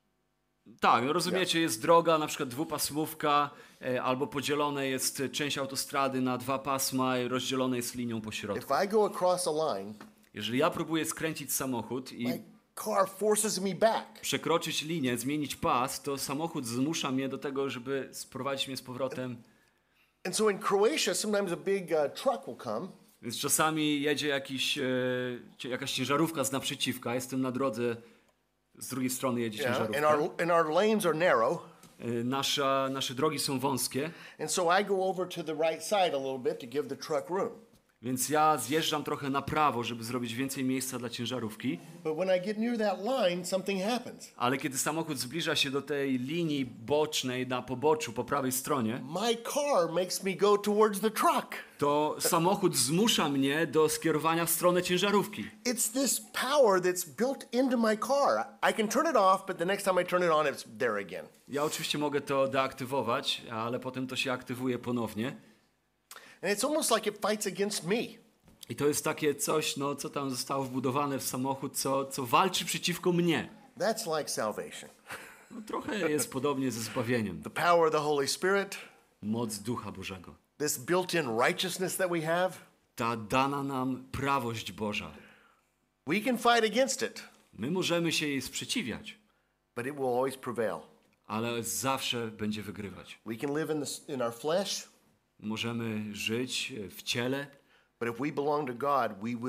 Tak, no rozumiecie, jest droga, na przykład dwupasmówka, albo podzielone jest część autostrady na dwa pasma i rozdzielone jest linią po środku. If I go across a line, Jeżeli ja próbuję skręcić samochód i my car forces me back. przekroczyć linię, zmienić pas, to samochód zmusza mnie do tego, żeby sprowadzić mnie z powrotem. And so in Croatia, sometimes a big truck will come. Więc czasami jedzie jakaś ciężarówka z naprzeciwka, jestem na drodze, z drugiej strony jedzie ciężarówka. And our lanes are narrow. Nasze drogi są wąskie, And so I go over to the right side a little bit to give the truck room. więc ja zjeżdżam trochę na prawo, żeby zrobić więcej miejsca dla ciężarówki. But when I get near that line, something happens. Ale kiedy samochód zbliża się do tej linii bocznej na poboczu po prawej stronie, My car makes me go towards the truck. to samochód zmusza mnie do skierowania w stronę ciężarówki. It's this power that's built into my car. I can turn it off, but the next time I turn it on, it's there again. Ja oczywiście mogę to deaktywować, ale potem to się aktywuje ponownie. And it's almost like it fights against me. I to jest takie coś, no, co tam zostało wbudowane w samochód, co walczy przeciwko mnie. That's like salvation. No, trochę jest podobnie ze zbawieniem. The power of the Holy Spirit, Moc Ducha Bożego. this built-in righteousness that we have, Ta dana nam prawość Boża. we can fight against it, My możemy się jej sprzeciwiać, but it will always prevail. ale zawsze będzie wygrywać. We can live in our flesh, Możemy żyć w ciele, but if we belong to God, we will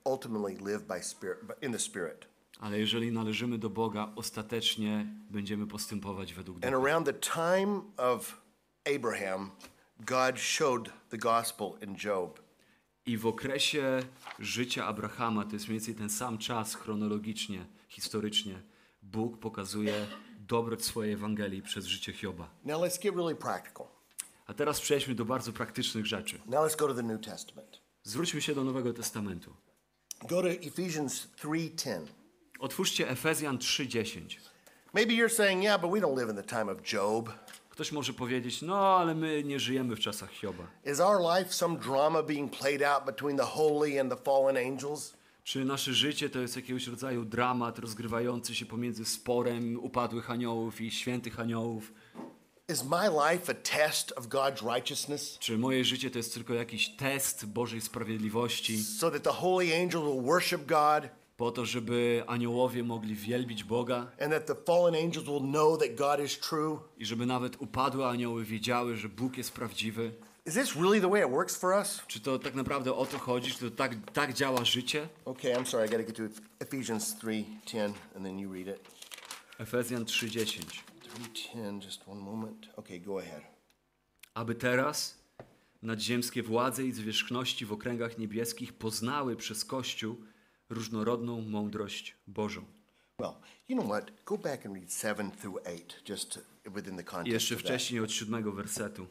ultimately live by spirit, in the Spirit. Ale jeżeli należymy do Boga, ostatecznie będziemy postępować według And Ducha. around the time of Abraham, God showed the gospel in Job. I w okresie życia Abrahama, to jest mniej więcej ten sam czas chronologicznie, historycznie, Bóg pokazuje dobroć swojej Ewangelii przez życie Hioba. Now let's get really practical. A teraz przejdźmy do bardzo praktycznych rzeczy. Now let's go to the New Testament. Zwróćmy się do Nowego Testamentu. Go to Ephesians 3:10. Otwórzcie Efezjan 3:10. Maybe you're saying, yeah, but we don't live in the time of Job. Ktoś może powiedzieć, no ale my nie żyjemy w czasach Hioba. Is our life some drama being played out between the holy and the fallen angels? Czy nasze życie to jest jakiegoś rodzaju dramat rozgrywający się pomiędzy sporem upadłych aniołów i świętych aniołów? Is my life a test of God's righteousness Czy moje życie to jest tylko jakiś test Bożej sprawiedliwości so that the holy angels will worship God po to, żeby aniołowie mogli wielbić Boga and that the fallen angels will know that God is true? i żeby nawet upadłe anioły wiedziały, że Bóg jest prawdziwy? Is this really the way it works for us? Czy to tak naprawdę o to chodzi? Czy to tak działa życie? Okay, I'm sorry, I got to get to Ephesians 3:10 and then you read it. Efezjan 3:10. 3:10, just one moment. Okay, go ahead. Aby teraz nadziemskie władze i zwierzchności w okręgach niebieskich poznały przez Kościół różnorodną mądrość Bożą. Well, you know what? Go back and read 7 through 8, just within the I context jeszcze of that. wcześniej od 7 wersetu.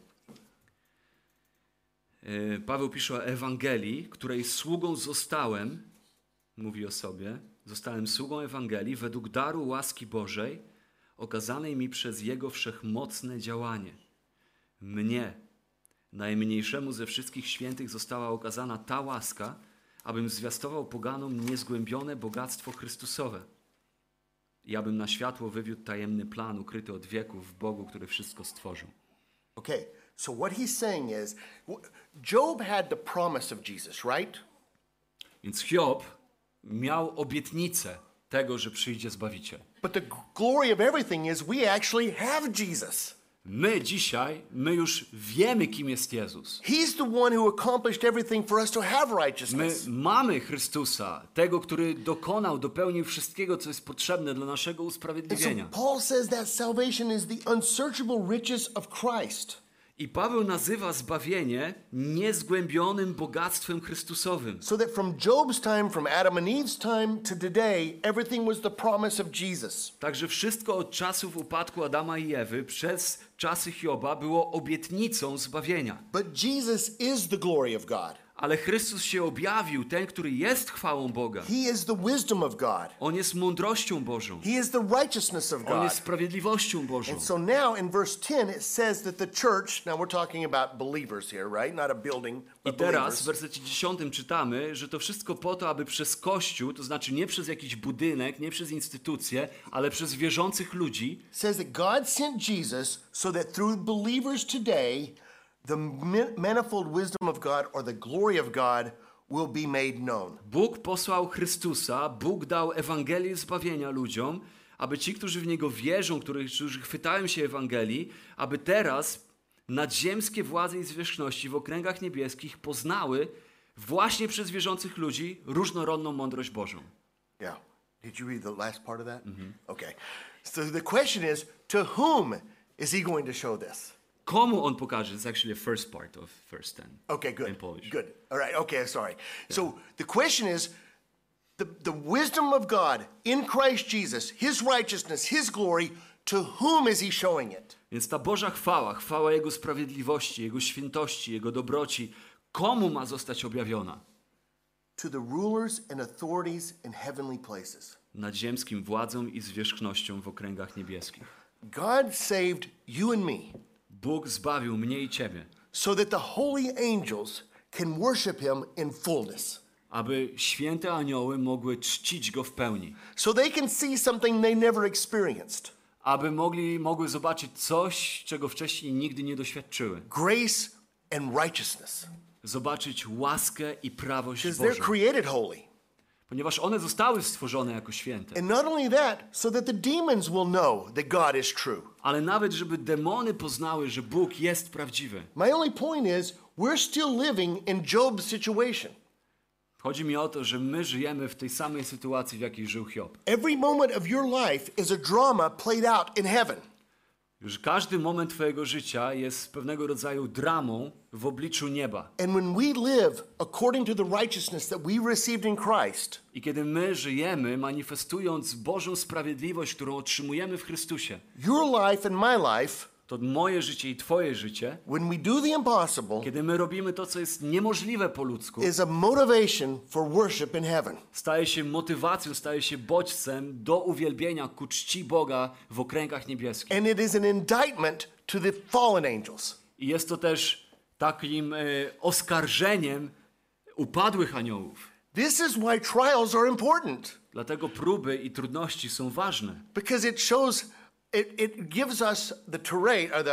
Paweł pisze o Ewangelii, której sługą zostałem, mówi o sobie, zostałem sługą Ewangelii według daru łaski Bożej, okazanej mi przez Jego wszechmocne działanie. Mnie, najmniejszemu ze wszystkich świętych, została okazana ta łaska, abym zwiastował poganom niezgłębione bogactwo Chrystusowe i abym na światło wywiódł tajemny plan ukryty od wieków w Bogu, który wszystko stworzył. Okay, so what he's saying is, Job had the promise of Jesus, right? Więc Hiob miał obietnicę tego, że przyjdzie Zbawiciel. But the glory of everything is we actually have Jesus. My dzisiaj, my już wiemy, kim jest Jezus. He's the one who accomplished everything for us to have My righteousness. mamy Chrystusa, tego, który dopełnił wszystkiego, co jest potrzebne dla naszego And so usprawiedliwienia. Paul says that salvation is the unsearchable riches of Christ. I Paweł nazywa zbawienie niezgłębionym bogactwem Chrystusowym. So that from Job's time, from Adam and Eve's time to today, everything was the promise of Jesus. Także wszystko od czasów upadku Adama i Ewy przez czasy Hioba było obietnicą zbawienia. But Jesus is the glory of God. Ale Chrystus się objawił, ten, który jest chwałą Boga. He is the wisdom of God. On jest mądrością Bożą. He is the righteousness of On God. jest sprawiedliwością Bożą. And so now in verse 10 it says that the church, now we're talking about believers here, right? Not a building, I but teraz believers. w wersecie 10 czytamy, że to wszystko po to, aby przez Kościół, to znaczy nie przez jakiś budynek, nie przez instytucje, ale przez wierzących ludzi, Says that God sent Jesus so that through believers today the manifold wisdom of God or the glory of God will be made known. Bóg posłał Chrystusa, Bóg dał Ewangelię zbawienia ludziom, aby ci, którzy w Niego wierzą, którzy chwytają się Ewangelii, aby teraz nadziemskie władze i zwierzchności w okręgach niebieskich poznały właśnie przez wierzących ludzi różnorodną mądrość Bożą. Yeah. Did you read the last part of that? Okay. So the question is, to whom is he going to show this? Komu on pokaże? It's actually the first part of verse 10 Okay, in good. Polish. Good. All right. Okay, sorry. So the question is the wisdom of God in Christ Jesus, his righteousness, his glory, to whom is he showing it? Więc ta Boża chwała, chwała Jego sprawiedliwości, Jego świętości, Jego dobroci, komu ma zostać objawiona? To the rulers and authorities in heavenly places. Nadziemskim władzom i zwierzchnościom w okręgach niebieskich. God saved you and me Bóg zbawił mnie i ciebie, so that the holy angels can worship him in fullness. aby święte anioły mogły czcić Go w pełni. So they can see something they never experienced. Aby mogły zobaczyć coś, czego wcześniej nigdy nie doświadczyły. Grace and righteousness. Zobaczyć łaskę i prawość Because they're Bożą. created holy. Ponieważ one zostały stworzone jako święte. And not only that, so that the demons will know that God is true. Ale nawet, żeby demony poznały, że Bóg jest prawdziwy. My only point is, we're still living in Job's situation. Chodzi mi o to, że my żyjemy w tej samej sytuacji, w jakiej żył Hiob. Every moment of your life is a drama played out in heaven. Już każdy moment twojego życia jest pewnego rodzaju dramą w obliczu nieba. And when we live according to the righteousness that we received in Christ, I kiedy my żyjemy, manifestując Bożą sprawiedliwość, którą otrzymujemy w Chrystusie, your life and my life, to moje życie i twoje życie, when we do the impossible, kiedy my robimy to, co jest niemożliwe po ludzku, is a motivation for worship in heaven. staje się motywacją, staje się bodźcem do uwielbienia ku czci Boga w okręgach niebieskich. And it is an indictment to the fallen angels. I jest to też takim oskarżeniem upadłych aniołów. This is why trials are important, Dlatego próby i trudności są ważne. because it shows, it gives us the terrain, or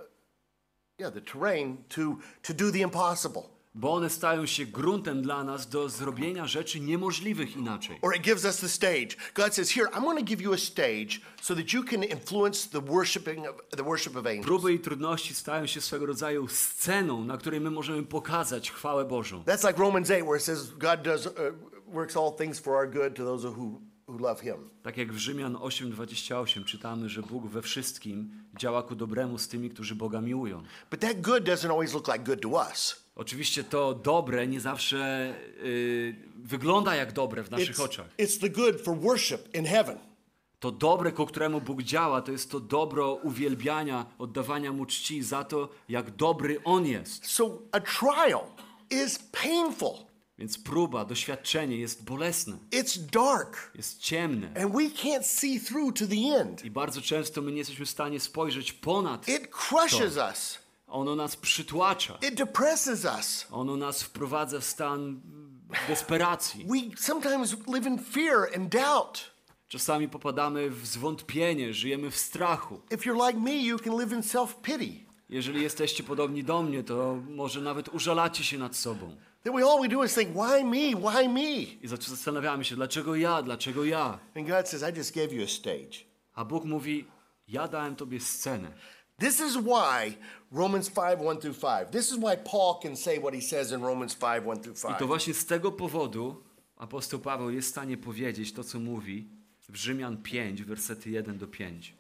the terrain to do the impossible. Bo one stają się gruntem dla nas do zrobienia rzeczy niemożliwych inaczej. Or it gives us the stage. God says, here, I'm going to give you a stage so that you can influence the worship of angels. Próby i trudności stają się swego rodzaju sceną, na której my możemy pokazać chwałę Bożą. That's like Romans 8, where it says God works all things for our good to those who love him. Tak jak w Rzymian 8:28 czytamy, że Bóg we wszystkim działa ku dobremu z tymi, którzy Boga miłują. But that good doesn't always look like good to us. Oczywiście to dobre nie zawsze wygląda jak dobre w naszych oczach. It's the good for worship in heaven. To dobre, ku któremu Bóg działa, to jest to dobro uwielbiania, oddawania Mu czci za to, jak dobry On jest. So a trial is painful. Więc próba, doświadczenie jest bolesne, It's dark. jest ciemne. And we can't see through to the end. I bardzo często my nie jesteśmy w stanie spojrzeć ponad. It crushes us. Ono nas przytłacza. It depresses us. Ono nas wprowadza w stan desperacji. We sometimes live in fear and doubt. Czasami popadamy w zwątpienie, żyjemy w strachu. If you're like me, you can live in self-pity. Jeżeli jesteście podobni do mnie, to może nawet użalacie się nad sobą. Then all we do is think, why me? Why me? I zastanawiamy się, dlaczego ja, dlaczego ja? And God says, I just gave you a stage. A Bóg mówi, ja dałem tobie scenę. This is why Romans 5:1-5. This is why Paul can say what he says in Romans 5:1-5. I to właśnie z tego powodu apostoł Paweł jest w stanie powiedzieć to, co mówi w Rzymian 5, wersety 1-5.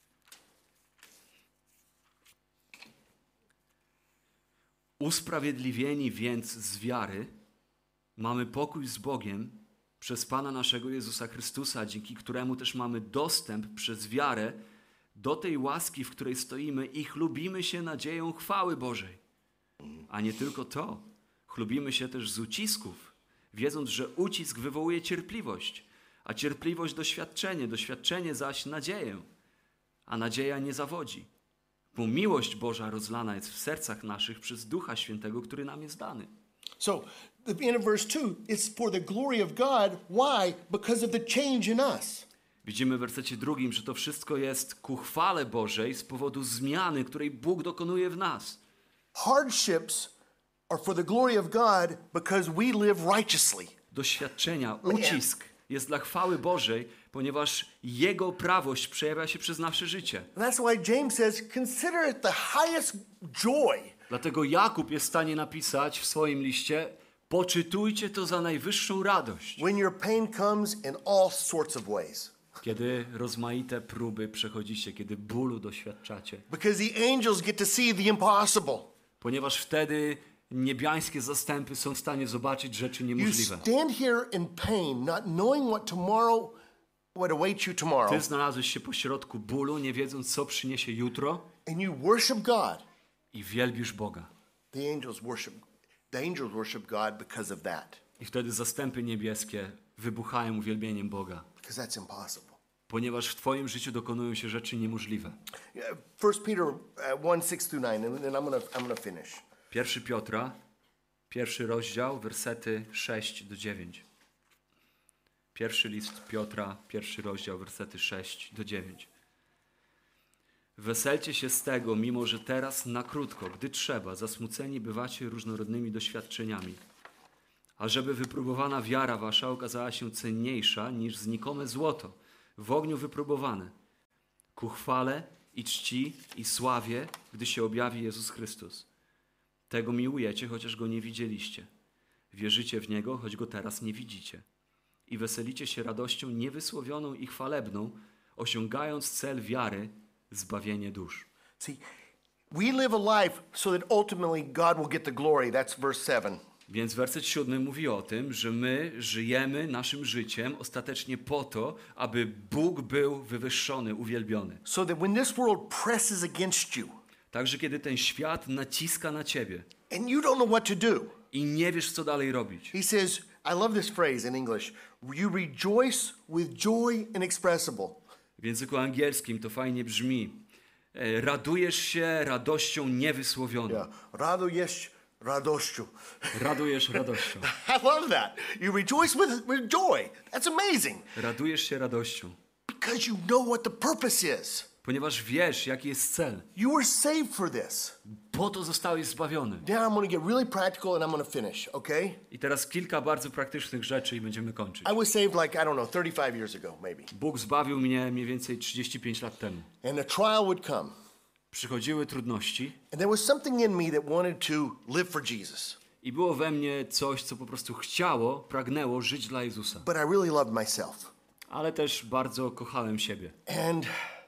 Usprawiedliwieni więc z wiary mamy pokój z Bogiem przez Pana naszego Jezusa Chrystusa, dzięki któremu też mamy dostęp przez wiarę do tej łaski, w której stoimy i chlubimy się nadzieją chwały Bożej. A nie tylko to, chlubimy się też z ucisków, wiedząc, że ucisk wywołuje cierpliwość, a cierpliwość doświadczenie, doświadczenie zaś nadzieję, a nadzieja nie zawodzi. Bo miłość Boża rozlana jest w sercach naszych przez Ducha Świętego, który nam jest dany. So, the end of verse 2, it's for the glory of God. Why? Because of the change in us. Widzimy w wersecie 2, że to wszystko jest ku chwale Bożej z powodu zmiany, której Bóg dokonuje w nas. Hardships are for the glory of God because we live righteously. Doświadczenia, ucisk jest dla chwały Bożej, ponieważ Jego prawość przejawia się przez nasze życie. And that's why James says, consider it the highest joy. Dlatego Jakub jest w stanie napisać w swoim liście, poczytujcie to za najwyższą radość, When your pain comes in all sorts of ways. kiedy rozmaite próby przechodzicie, kiedy bólu doświadczacie. Because the angels get to see the impossible. Ponieważ wtedy niebiańskie zastępy są w stanie zobaczyć rzeczy You niemożliwe. stand here in pain, not knowing what awaits you tomorrow, Ty znalazłeś się pośrodku bólu, nie wiedząc, co przyniesie jutro, and you worship God. i wielbisz Boga. The angels worship God because of that. I wtedy zastępy niebieskie wybuchają uwielbieniem Boga. Because that's impossible. Ponieważ w twoim życiu dokonują się rzeczy niemożliwe. 1 Peter 1:6-9, and then I'm gonna finish. 1 Piotra, 1 rozdział, wersety 6-9. Pierwszy list Piotra, 1 rozdział, wersety 6-9. Weselcie się z tego, mimo że teraz na krótko, gdy trzeba, zasmuceni bywacie różnorodnymi doświadczeniami. A żeby wypróbowana wiara wasza okazała się cenniejsza niż znikome złoto, w ogniu wypróbowane, ku chwale i czci i sławie, gdy się objawi Jezus Chrystus. Tego miłujecie, chociaż Go nie widzieliście. Wierzycie w Niego, choć Go teraz nie widzicie. I weselicie się radością niewysłowioną i chwalebną, osiągając cel wiary, zbawienie dusz. See, we live a life so that ultimately God will get the glory. That's verse 7. Więc werset 7 mówi o tym, że my żyjemy naszym życiem ostatecznie po to, aby Bóg był wywyższony, uwielbiony. So that when this world presses against you Także kiedy ten świat naciska na ciebie and you don't know what to do, i nie wiesz, co dalej robić, he says, I love this phrase in English, you rejoice with joy inexpressible. w języku angielskim to fajnie brzmi. Radujesz się radością niewysłowioną. Yeah. Radujesz radością. Radujesz radością. I love that. You rejoice with joy. That's amazing. Radujesz się radością, Because you know what the purpose is. ponieważ wiesz, jaki jest cel. You were saved for this. Po to zostałeś zbawiony. Now I'm going to get really practical and I'm going to finish, okay? I teraz kilka bardzo praktycznych rzeczy i będziemy kończyć. I was saved like, I don't know, 35 years ago, maybe. Bóg zbawił mnie mniej więcej 35 lat temu. And a trial would come. Przychodziły trudności And there was something in me that wanted to live for Jesus. i było we mnie coś, co po prostu chciało, pragnęło żyć dla Jezusa. But I really loved myself. Ale też bardzo kochałem siebie. And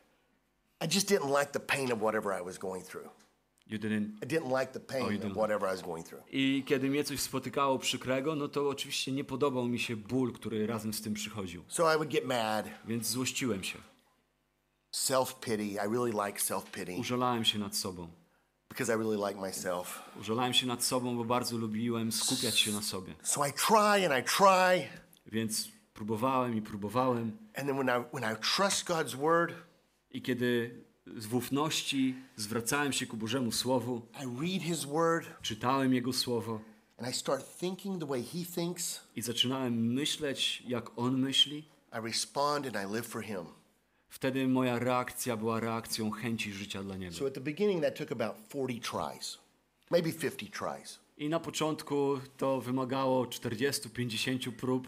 I just didn't like the pain of whatever I was going through. You didn't... I didn't like the pain you of didn't. whatever I was going through. I kiedy mnie coś spotykało przykrego, no to oczywiście nie podobał mi się ból, który razem z tym przychodził. So I would get mad. Więc złościłem się. Self-pity. I really like self-pity Użalałem się nad sobą. because I really like myself. Użalałem się nad sobą, bo bardzo lubiłem skupiać się na sobie. So I try and I try. Więc próbowałem i próbowałem. And then when I trust God's word, I kiedy w ufności zwracałem się ku Bożemu Słowu, I read his word czytałem Jego Słowo and I start thinking the way he thinks, i zaczynałem myśleć, jak On myśli, I respond and I live for him. wtedy moja reakcja była reakcją chęci życia dla Niego. So at the beginning that took about 40 tries. Maybe 50 tries. I na początku to wymagało 40-50 prób.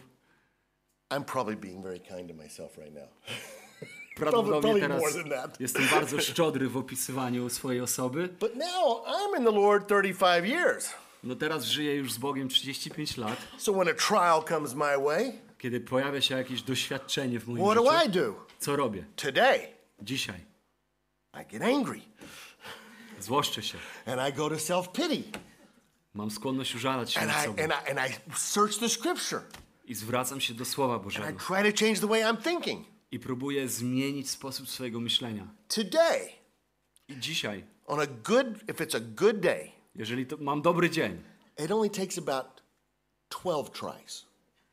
I'm probably being very kind to myself right now. Prawdopodobnie Probably teraz more than that. jestem bardzo szczodry w opisywaniu swojej osoby. But now I'm in the Lord 35 years. No teraz żyję już z Bogiem 35 lat. So when a trial comes my way, Kiedy pojawia się jakieś doświadczenie w moim what do I życiu, do? co robię? Today, Dzisiaj. I get angry Złoszczę się. and I go to self-pity Mam skłonność użalać się and nad I, sobą. and I search the scripture I zwracam się do Słowa and I Bożego. try to change the way I'm thinking. I próbuję zmienić sposób swojego myślenia. Today, I dzisiaj, if it's a good day, jeżeli to mam dobry dzień, it only takes about 12 tries.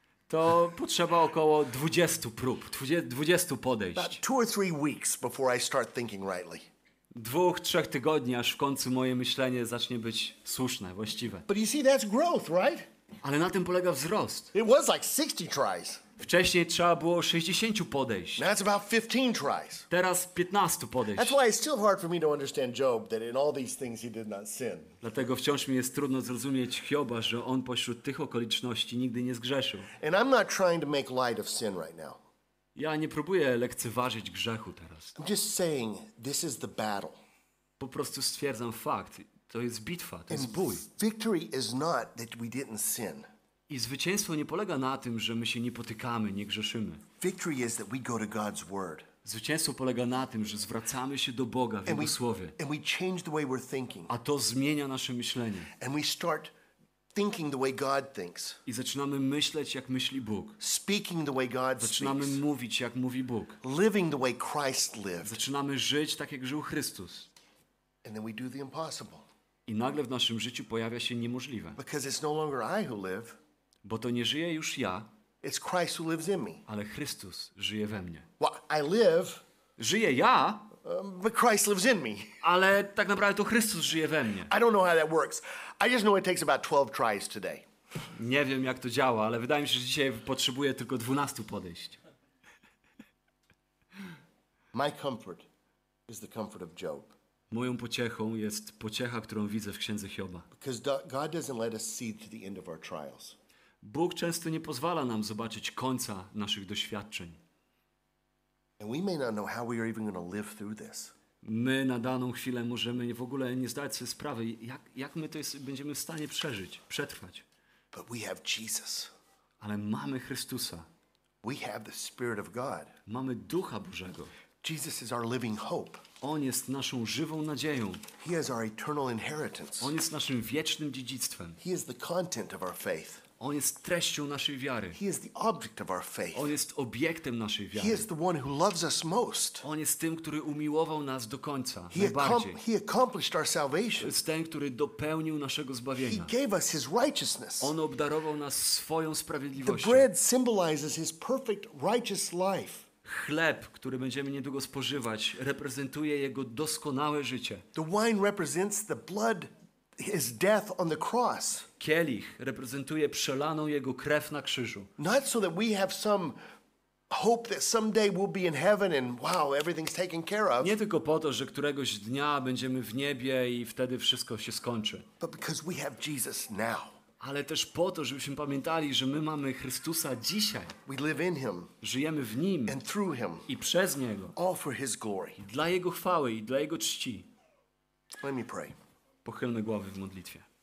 to potrzeba około 20 prób, 20 podejść. About 2 or 3 weeks before I start thinking rightly. 2-3 tygodni, aż w końcu moje myślenie zacznie być słuszne, właściwe. But you see, that's growth, right? Ale na tym polega wzrost. It was like 60 tries. Wcześniej trzeba było 60 podejść. Now it's about 15 tries. Teraz 15 podejść. That's why it's still hard for me to understand Job, that in all these things he did not sin. Dlatego wciąż mi jest trudno zrozumieć Hioba, że on pośród tych okoliczności nigdy nie zgrzeszył. And I'm not trying to make light of sin right now. Ja nie próbuję lekceważyć grzechu teraz. I'm just saying this is the battle. Po prostu stwierdzam fakt. To jest bitwa, to jest And bój. victory is not that we didn't sin. I zwycięstwo nie polega na tym, że my się nie potykamy, nie grzeszymy. Victory is that we go to God's word. Zwycięstwo polega na tym, że zwracamy się do Boga w Jego Słowie. and we change the way we're thinking. A to zmienia nasze myślenie. And we start thinking the way God thinks. I zaczynamy myśleć, jak myśli Bóg. Speaking the way God Zaczynamy speaks. mówić, jak mówi Bóg. Living the way Christ lived. Zaczynamy żyć tak, jak żył Chrystus. And then we do the impossible. I nagle w naszym życiu pojawia się niemożliwe. Because it's no longer I who live. Bo to nie żyję już ja, It's Christ who lives in me. ale Chrystus żyje we mnie. Well, I live, Żyję ja, but Christ lives in me. ale tak naprawdę to Chrystus żyje we mnie. I don't know how that works. I just know it takes about 12 tries today. Nie wiem, jak to działa, ale wydaje mi się, że dzisiaj potrzebuję tylko 12 podejść. My comfort is the comfort of Job. Moją pociechą jest pociecha, którą widzę w księdze Hioba. Because God doesn't let us see to the end of our trials. Bóg często nie pozwala nam zobaczyć końca naszych doświadczeń. And we may not know how we are even going to live through this. My na daną chwilę możemy w ogóle nie zdać sobie sprawy, jak my to będziemy w stanie przeżyć, przetrwać. But we have Jesus. Ale mamy Chrystusa. We have the Spirit of God. Mamy Ducha Bożego. Jesus is our living hope. On jest naszą żywą nadzieją. He is our eternal inheritance. On jest naszym wiecznym dziedzictwem. He is the content of our faith. On jest treścią naszej wiary. He is the object of our faith. On jest obiektem naszej He wiary. is the one who loves us most. On jest tym, który umiłował nas do końca, najbardziej. He accomplished our To salvation. jest ten, który dopełnił naszego He zbawienia. gave us his righteousness. On obdarował nas swoją The sprawiedliwością. bread symbolizes his perfect righteous life. Chleb, który będziemy niedługo spożywać, reprezentuje jego doskonałe życie. The wine represents the blood, his death on the cross. Kielich reprezentuje przelaną jego krew na krzyżu. Not so that we have some hope that someday we'll be in heaven and wow, everything's taken care of, Nie tylko po to, że któregoś dnia będziemy w niebie i wtedy wszystko się skończy, but because we have Jesus now. ale też po to, żebyśmy pamiętali, że my mamy Chrystusa dzisiaj. We live in him Żyjemy w Nim and through him, i przez Niego. all for his glory. Dla Jego chwały i dla Jego czci. Let me pray. Pochylmy głowy w modlitwie.